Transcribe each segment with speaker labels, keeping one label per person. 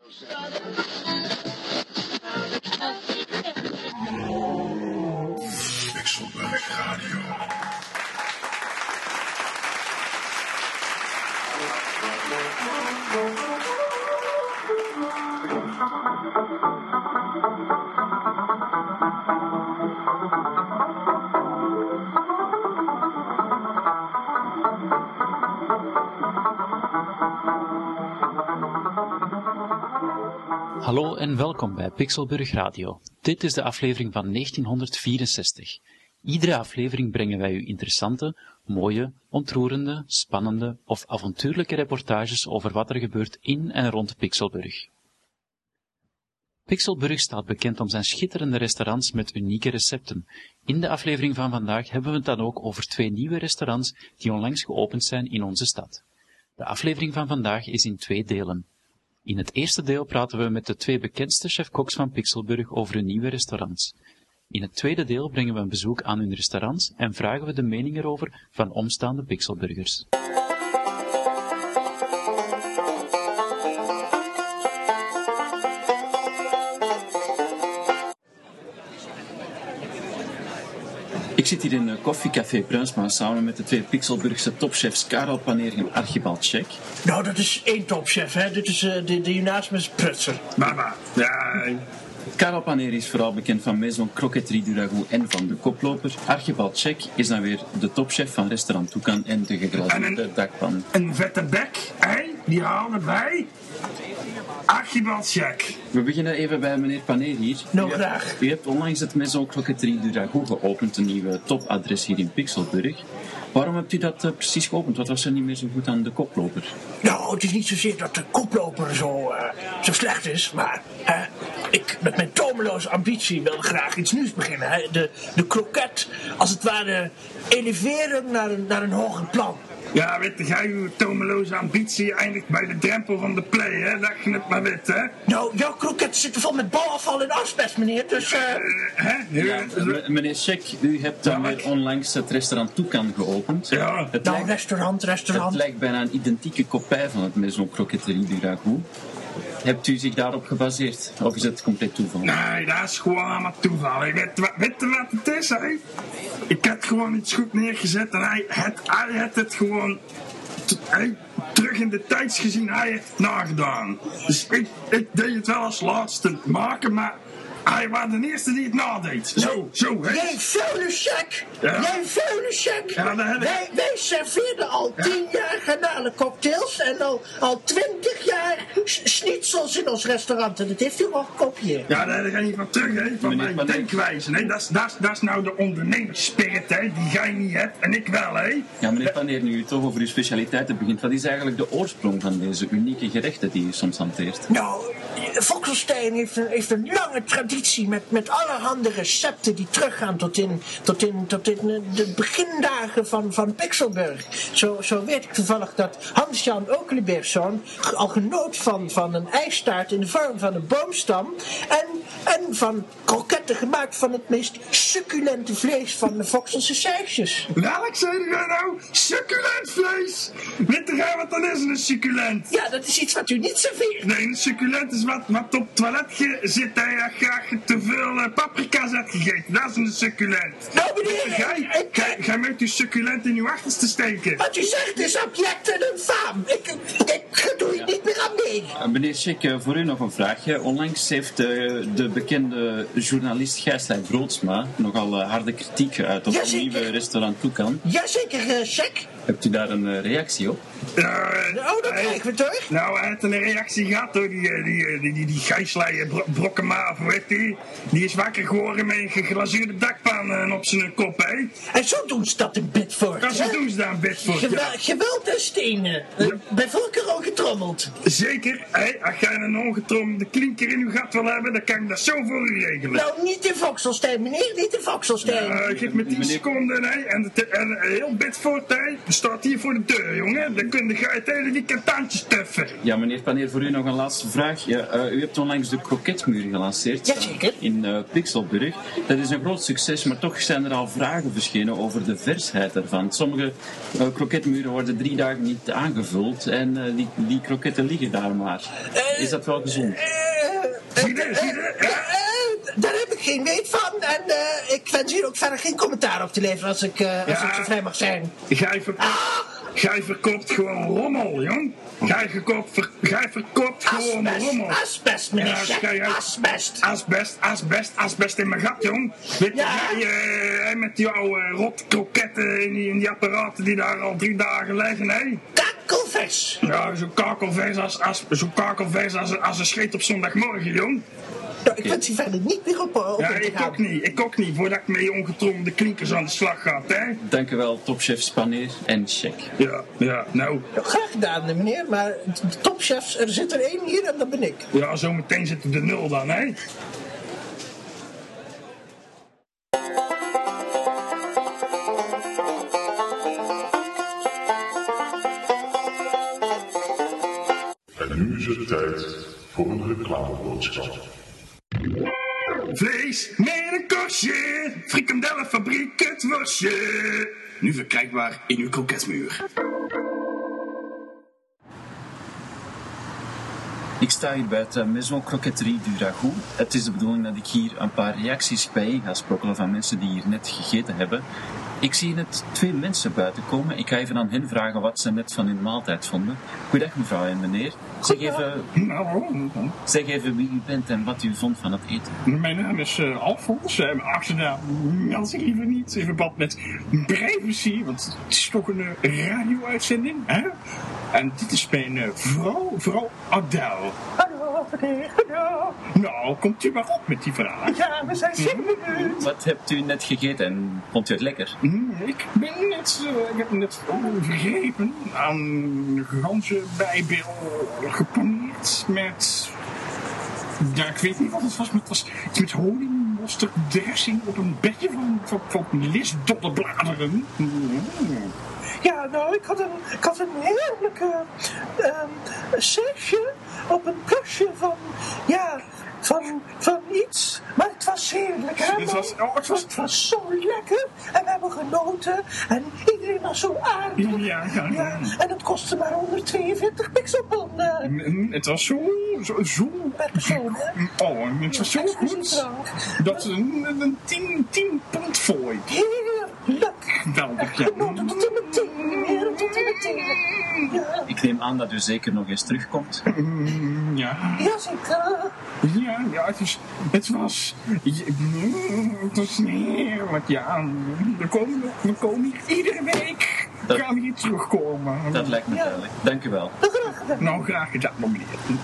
Speaker 1: Pixelburg Radio.
Speaker 2: Hallo en welkom bij Pixelburg Radio. Dit is de aflevering van 1964. Iedere aflevering brengen wij u interessante, mooie, ontroerende, spannende of avontuurlijke reportages over wat er gebeurt in en rond Pixelburg. Pixelburg staat bekend om zijn schitterende restaurants met unieke recepten. In de aflevering van vandaag hebben we het dan ook over 2 nieuwe restaurants die onlangs geopend zijn in onze stad. De aflevering van vandaag is in 2 delen. In het eerste deel praten we met de 2 bekendste chef-koks van Pixelburg over hun nieuwe restaurants. In het tweede deel brengen we een bezoek aan hun restaurants en vragen we de mening erover van omstaande Pixelburgers. Ik zit hier in Koffiecafé Bruinsma samen met de 2 Pixelburgse topchefs Karel Paneer en Archibald Scheck.
Speaker 3: Nou, dat is 1 topchef, hè. Dit is de hiernaast met Prutser.
Speaker 4: Mama, ja.
Speaker 2: Karel Paneer is vooral bekend van Maison Croqueterie du Ragout en van De Koploper. Archibald Scheck is dan weer de topchef van restaurant Toucan en de geglazuurde dakpan.
Speaker 4: Een vette bek, hè? Die halen wij. Archibald Scheck.
Speaker 2: We beginnen even bij meneer Paneer hier.
Speaker 3: Nou, graag.
Speaker 2: U hebt onlangs het Maison Croqueterie du Ragout geopend, een nieuwe topadres hier in Pixelburg. Waarom hebt u dat precies geopend? Wat was er niet meer zo goed aan De Koploper?
Speaker 3: Nou, het is niet zozeer dat de koploper zo slecht is, maar ik met mijn tomeloze ambitie wil graag iets nieuws beginnen. Hè. De kroket, als het ware, eleveren naar een hoger plan.
Speaker 4: Ja, weet je, uw tomeloze ambitie eindigt bij de drempel van de play, hè? Dat je het maar weet, hè?
Speaker 3: Nou, jouw kroketten zitten vol met balafval en asbest, meneer, dus...
Speaker 4: Hè?
Speaker 2: Ja, meneer Scheck, u hebt dan weer onlangs het restaurant Toucan geopend.
Speaker 4: Ja.
Speaker 3: Restaurant.
Speaker 2: Het lijkt bijna een identieke kopij van het Maison Croqueterie du Ragout. Hebt u zich daarop gebaseerd? Of is het compleet toeval?
Speaker 4: Nee, dat is gewoon allemaal toeval. Weet je wat het is, hè? Ik had gewoon iets goed neergezet en hij had het gewoon terug in de tijds gezien, hij heeft het nagedaan. Dus ik deed het wel als laatste maken, maar hij was de eerste die het nadeed. Zo, hè?
Speaker 3: Jij vuile Scheck!
Speaker 4: Ja.
Speaker 3: Jij vuile Scheck!
Speaker 4: Ja,
Speaker 3: Wij serveerden al 10 jaar garnalencocktails en al 20 jaar schnitzels in ons restaurant. En dat heeft u al gekopieerd.
Speaker 4: Ja, daar ga je niet van terug, hè? Van mijn denkwijze. Hè? Dat is nou de ondernemersspirit, hè? Die jij niet hebt en ik wel, hè?
Speaker 2: Ja, meneer Paneer, nu u toch over uw specialiteiten begint, wat is eigenlijk de oorsprong van deze unieke gerechten die u soms hanteert?
Speaker 3: Nou, Foxelstein heeft een lange traditie met allerhande recepten die teruggaan tot in de begindagen van Pixelburg. Zo weet ik toevallig dat Hans-Jan Okelenbergszoon al genoot van een ijstaart in de vorm van een boomstam en van kroketten gemaakt van het meest succulente vlees van de Foxelse zeisjes.
Speaker 4: Welk zei je nou? Succulent vlees! Weet je wat dan is een succulent?
Speaker 3: Ja, dat is iets wat u niet serveert.
Speaker 4: Nee, een succulent is wat op het toilet zit en je graag te veel paprika's hebt gegeten. Dat is een succulent.
Speaker 3: Nou meneer,
Speaker 4: Jij moet uw succulent in uw achterste steken.
Speaker 3: wat u zegt is abject en infaam. Ik doe hier niet meer aan mee.
Speaker 2: Meneer Scheck, voor u nog een vraagje. Onlangs heeft de bekende journalist Gijslein Broodsma nogal harde kritiek geuit op het nieuwe restaurant Toucan.
Speaker 3: Jazeker, Scheck.
Speaker 2: Hebt u daar een reactie op?
Speaker 3: Dat krijgen we terug.
Speaker 4: Nou, hij heeft een reactie gehad door die Gijslein Brokkema, of hoe heet die? Die is wakker geworden met een geglazuurde dakpan op zijn kop, hè?
Speaker 3: En zo doen ze dat in Bedford.
Speaker 4: Ja, zo doen ze dat in Bedford, ja.
Speaker 3: Geweld en stenen. Bij voorkeur ongetrommeld.
Speaker 4: Zeker, hè? Als jij een ongetrommelde klinker in uw gat wil hebben, dan kan ik dat zo voor u regelen.
Speaker 3: Nou, niet in Foxelstein, meneer, niet in Foxelstein.
Speaker 4: Geef me 10 seconden, hè? En heel Bedford, hè? staat hier voor de deur, jongen. Dan kun je het hele weekend tandjes tuffen.
Speaker 2: Ja, meneer Paneer, voor u nog een laatste vraag. Ja, u hebt onlangs de kroketmuur gelanceerd.
Speaker 3: Jazeker.
Speaker 2: In Pixelburg. Dat is een groot succes, maar toch zijn er al vragen verschenen over de versheid ervan. Sommige kroketmuren worden 3 dagen niet aangevuld en die kroketten liggen daar maar. Is dat wel gezond?
Speaker 4: Zie je?
Speaker 3: Daar heb ik geen weet van. En ik wens hier ook verder geen commentaar op te leveren als ik zo vrij mag zijn.
Speaker 4: Jij verkoopt gewoon rommel, jong. Jij verkoopt gewoon rommel.
Speaker 3: Asbest, meneer Jack.
Speaker 4: Asbest in mijn gat, jong. Weet je, jij met jouw rotkroketten in die apparaten die daar al 3 dagen liggen, hè?
Speaker 3: Kakelvers.
Speaker 4: Ja, zo kakelvers als een scheet op zondagmorgen, jong.
Speaker 3: Nou, ik wens hier verder niet meer op
Speaker 4: Ja,
Speaker 3: te gaan.
Speaker 4: ik ook niet, voordat ik met je ongetromde klinkers aan de slag ga, hè?
Speaker 2: Dank u wel, topchefs Paneer en Check.
Speaker 4: Ja, nou.
Speaker 3: Graag gedaan, meneer, maar de topchefs, er zit er 1 hier en dat ben ik.
Speaker 4: Ja, zometeen zit er de 0 dan, hè?
Speaker 1: En nu is het tijd voor een reclameboodschap.
Speaker 4: Vlees met een korstje, frikandellenfabriek het worstje. Nu verkrijgbaar in uw kroketmuur.
Speaker 2: Ik sta hier bij het Maison Croqueterie du Ragout. Het is de bedoeling dat ik hier een paar reacties bijeen ga sprokkelen van mensen die hier net gegeten hebben. Ik zie net 2 mensen buiten komen. Ik ga even aan hen vragen wat ze net van hun maaltijd vonden. Goedendag mevrouw en meneer. Zeg even wie u bent en wat u vond van het eten.
Speaker 4: Mijn naam is Alfons. Mijn achternaam als ik liever niet in verband met privacy, want het is toch een radio-uitzending. Hè? En dit is mijn vrouw Adele.
Speaker 3: Hallo, meneer. Hallo.
Speaker 4: Nou, komt u maar op met die verhalen.
Speaker 3: Ja, we zijn zeer benieuwd.
Speaker 2: Wat hebt u net gegeten en vond u het lekker?
Speaker 4: Ik heb net vergrepen aan ganzenbijbel gepaneerd met... Ja, ik weet niet wat het was, maar het was iets met honing, mosterd, dressing op een bedje van lisdoddenbladeren.
Speaker 3: Ja, nou, ik had een heerlijke sausje op een plusje van iets. Maar het was heerlijk, hè? Het was zo lekker. En we hebben genoten. En iedereen was zo aardig.
Speaker 4: Ja.
Speaker 3: En het kostte maar 142 pixelponden.
Speaker 4: Het was zo...
Speaker 3: Per persoon, hè?
Speaker 4: Oh, het was zo goed. Dat een 10 pond fooi.
Speaker 3: Heerlijk.
Speaker 4: Geweldig, ja.
Speaker 3: Genoten tot in mijn tenen, meneer. Tot in mijn tenen. Ja.
Speaker 2: Ik neem aan dat u zeker nog eens terugkomt.
Speaker 4: Ja.
Speaker 3: Jazeker.
Speaker 4: Ja, het was heerlijk, ja. We komen hier iedere week. Gaan we hier terugkomen.
Speaker 2: Dat lijkt me duidelijk. Dank u wel.
Speaker 3: Graag gedaan.
Speaker 4: Nou, graag gedaan, meneer.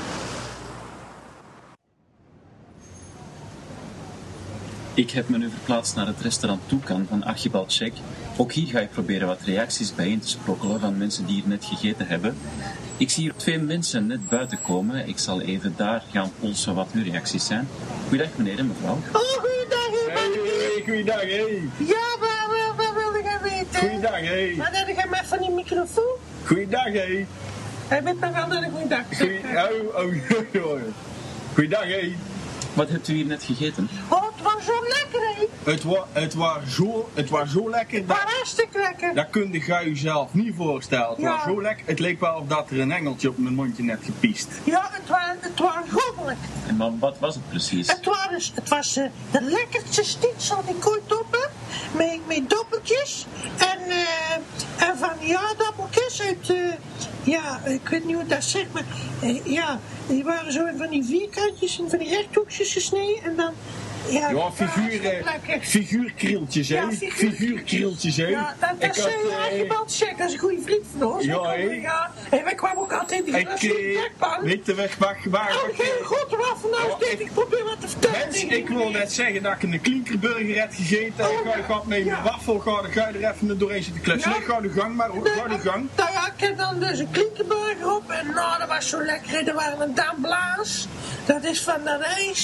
Speaker 2: Ik heb me nu verplaatst naar het restaurant Toucan van Archibald Check. Ook hier ga ik proberen wat reacties bijeen te sprokkelen van mensen die hier net gegeten hebben. Ik zie hier 2 mensen net buiten komen. Ik zal even daar gaan polsen wat hun reacties zijn. Goeiedag meneer en mevrouw.
Speaker 3: Oh, goeiedag,
Speaker 4: Hey, goeiedag, hey.
Speaker 3: Ja, wat wilde jij weten?
Speaker 4: Goeiedag, hey.
Speaker 3: Maar dan ga maar van die microfoon.
Speaker 4: Goeiedag, hey.
Speaker 3: Hij weet maar wel dat ik goeiedag zeg.
Speaker 4: Goeiedag, hey.
Speaker 2: Wat hebt u hier net gegeten?
Speaker 3: Oh, het was zo lekker, hè?
Speaker 4: Het was zo lekker.
Speaker 3: Het was hartstikke lekker.
Speaker 4: Dat kun je jezelf niet voorstellen. Het was zo lekker. Het leek wel of dat er een engeltje op mijn mondje net gepiest.
Speaker 3: Ja, het was goddelijk.
Speaker 2: En wat was het precies?
Speaker 3: Het was de lekkerste schnitzel die ik ooit op heb. Met doppeltjes. En van die aardappeltjes uit... ik weet niet hoe dat zegt, maar... die waren zo in van die vierkantjes en van die rechthoekjes gesneden. En dan...
Speaker 4: Figuurkriltjes, hè?
Speaker 3: Ja,
Speaker 4: figuurkriltjes, hè?
Speaker 3: Ja, dat is Archibald Check, dat is een goede vriend van ons.
Speaker 4: Ja, hè?
Speaker 3: En wij kwamen ook altijd in die dekpan.
Speaker 4: Weet je, waar...
Speaker 3: Geen god, waar vanaf deed ik probeer wat te vertellen.
Speaker 4: Mensen, ik wil net zeggen dat ik een klinkerburger heb gegeten. Ik ga met mijn waffel, ga je er even doorheen zitten kletsen. Nee, ga de gang maar, ga de gang.
Speaker 3: Nou ja, ik heb dan dus een klinkerburger op. En nou, dat was zo lekker. Er waren een Dame Blanche. Dat is van de ijs.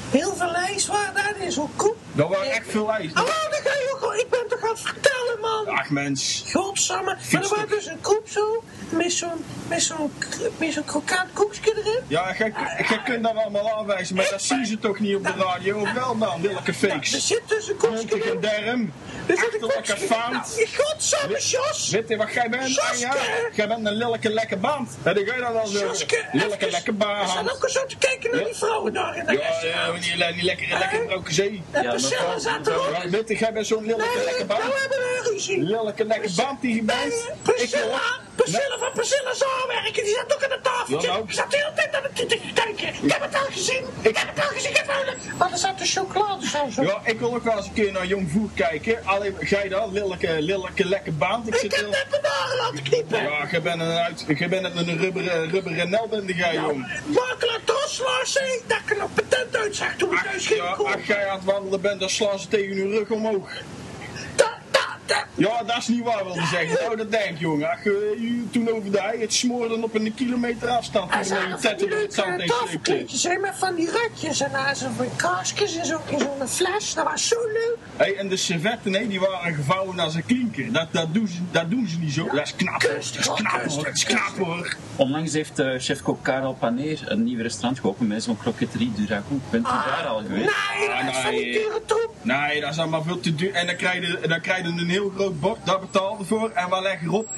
Speaker 3: Heel veel ijs waar daar in zo'n koep.
Speaker 4: Dat was echt veel ijs.
Speaker 3: Oh, dan ga je ook. Ik ben toch aan het vertellen, man.
Speaker 4: Ach, mens.
Speaker 3: Godsamme. Maar er was dus een koep zo. Met zo'n krokant koekje erin.
Speaker 4: Ja, jij kunt dat allemaal aanwijzen, maar dat zien ze toch niet op de radio? Of wel dan, lelijke fakes?
Speaker 3: Er zit dus een koekje
Speaker 4: Montig en
Speaker 3: in.
Speaker 4: derm.
Speaker 3: Er zit een
Speaker 4: Achterlijke
Speaker 3: koekje.
Speaker 4: faant.
Speaker 3: Godsamme, Jos.
Speaker 4: Weet je wat jij bent?
Speaker 3: Joske.
Speaker 4: Ja, jij bent een lelijke lekke band. Heb jij dat al zo?
Speaker 3: Joske.
Speaker 4: Lelijke lekke
Speaker 3: We
Speaker 4: baan.
Speaker 3: staan ook eens zo te kijken naar die vrouwen daar in de restaurant.
Speaker 4: Die lekker broken zee.
Speaker 3: En Priscilla zat erop.
Speaker 4: Ja, weet je, jij bent zo'n lelijke lekke band.
Speaker 3: Nou hebben we ruzie.
Speaker 4: Lelijke lekke band die je bent.
Speaker 3: Priscilla van Priscilla Zaarwerken, die zat ook aan de tafel.
Speaker 4: Ja, nou.
Speaker 3: Die zat de hele tijd naar de titel te kijken. Ik heb het al gezien. Ik heb het al gezien. Maar er zat de chocoladesaus op.
Speaker 4: Ja, ik wil ook wel eens een keer naar Jong Voer kijken. Alleen, ga je dan? Lelijke lekke band.
Speaker 3: Ik heb net mijn nagel laten knippen.
Speaker 4: Ja, jij bent een rubberen nelbende, jij, jong.
Speaker 3: Makelaar Drosselaar zei dat ik er nog patent uitzag toen ik thuis ging komen.
Speaker 4: Als jij aan het wandelen bent, dan slaan ze tegen je rug omhoog.
Speaker 3: Da.
Speaker 4: Ja, dat is niet waar, wilde zeggen. Nou, dat denk jongen. Ach, toen over de hei, het smoorde op een kilometer afstand.
Speaker 3: Hij
Speaker 4: Toen
Speaker 3: zag
Speaker 4: je
Speaker 3: van
Speaker 4: tetten
Speaker 3: die
Speaker 4: door het zand
Speaker 3: leuke
Speaker 4: heen sleepte.
Speaker 3: tafelkleedjes, hè, met van die ratjes en zo'n kaasjes in zo'n fles. Dat was zo leuk.
Speaker 4: Hey, en de servetten, nee, die waren gevouwen als een klinker. Dat doen ze niet zo. Dat is knap, hoor. Dat is knap, hoor. Dat is knap, hoor.
Speaker 2: Onlangs heeft chef-kok Karel Paneer een nieuw restaurant geopend met zo'n croqueterie du Ragout. Bent u daar al geweest?
Speaker 3: Nee, dat is van die dure troep.
Speaker 4: Nee, dat is allemaal veel te duur. En dan krijg je een heel groot bord, daar betaalde voor. En wat leg je erop?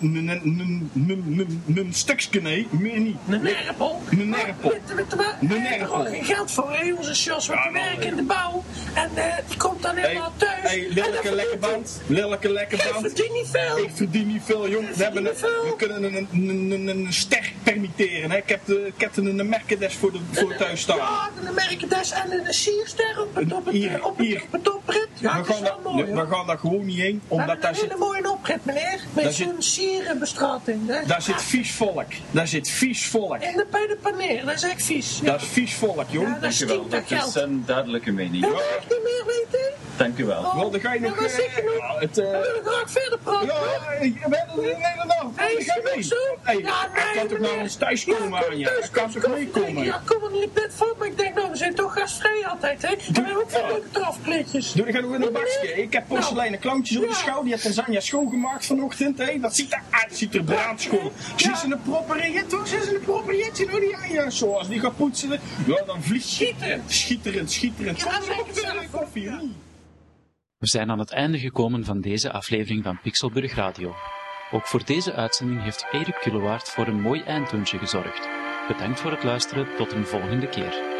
Speaker 4: Een stukje, nee, meer niet.
Speaker 3: Een nerpel.
Speaker 4: Een nerpel.
Speaker 3: Weet je wat?
Speaker 4: Een
Speaker 3: Ik heb er
Speaker 4: nerpel.
Speaker 3: ook geen geld voor, hè, onze Jos, want die werken in de bouw. En die komt dan helemaal thuis.
Speaker 4: Hey, lelijke lekke band. Lelijke lekke
Speaker 3: Ik
Speaker 4: band.
Speaker 3: verdien niet veel.
Speaker 4: Ik verdien niet veel, jong. We kunnen een ster permitteren. Hè. Ik heb een Mercedes voor thuis staan.
Speaker 3: Ja, een Mercedes en een sierster op het oprit. Ja,
Speaker 4: We
Speaker 3: dat is wel mooi, hoor.
Speaker 4: gaan daar gewoon niet heen,
Speaker 3: We
Speaker 4: omdat
Speaker 3: hebben
Speaker 4: daar
Speaker 3: een
Speaker 4: zit,
Speaker 3: hele mooie oprit, meneer.
Speaker 4: Daar
Speaker 3: Met
Speaker 4: zit-
Speaker 3: zo'n sierenbestrating.
Speaker 4: daar zit vies volk. Daar zit vies volk.
Speaker 3: En bij de paneer, dat is echt vies. Ja.
Speaker 4: Dat is vies volk, jong.
Speaker 3: Ja, dat
Speaker 2: Dankjewel,
Speaker 3: stinkt dat
Speaker 2: dat is
Speaker 3: geld.
Speaker 2: een duidelijke mening.
Speaker 3: En wil ik niet meer weten?
Speaker 2: Dank u wel.
Speaker 4: Wel, dan ga je nog...
Speaker 3: Ja, wat zeg je nog?
Speaker 4: ja, het,
Speaker 3: We willen graag verder praten.
Speaker 4: ja, we hebben een hele dag.
Speaker 3: Hey,
Speaker 4: Ga je
Speaker 3: is dat
Speaker 4: mee?
Speaker 3: zo?
Speaker 4: Hey,
Speaker 3: Ja,
Speaker 4: hij kan toch naar ons thuis komen aan je? Hij kan toch meekomen?
Speaker 3: Ja, kom er niet bed voor, maar ik denk, nou, we zijn toch gastvrij altijd, hè? En we hebben ook veel leuke trafkleedjes.
Speaker 4: Doe, ik ga nog in een bakje. Ik heb porseleinen klauwtjes op de schouw. Die heeft Tanzania schoongemaakt vanochtend. Hè. Dat ziet eruit. Ziet er brandschoon. Zie ze een proper in je toch? Zie ze een proper in je? Nou, die aan je. Zoals die gaat poetsen. Ja, dan vliegt schitterend.
Speaker 3: Ja,
Speaker 4: Kom
Speaker 3: zeg
Speaker 4: op,
Speaker 3: het zelf.
Speaker 4: koffie.
Speaker 2: We zijn aan het einde gekomen van deze aflevering van Pixelburg Radio. Ook voor deze uitzending heeft Erik Kullewaard voor een mooi eindtoontje gezorgd. Bedankt voor het luisteren, tot een volgende keer.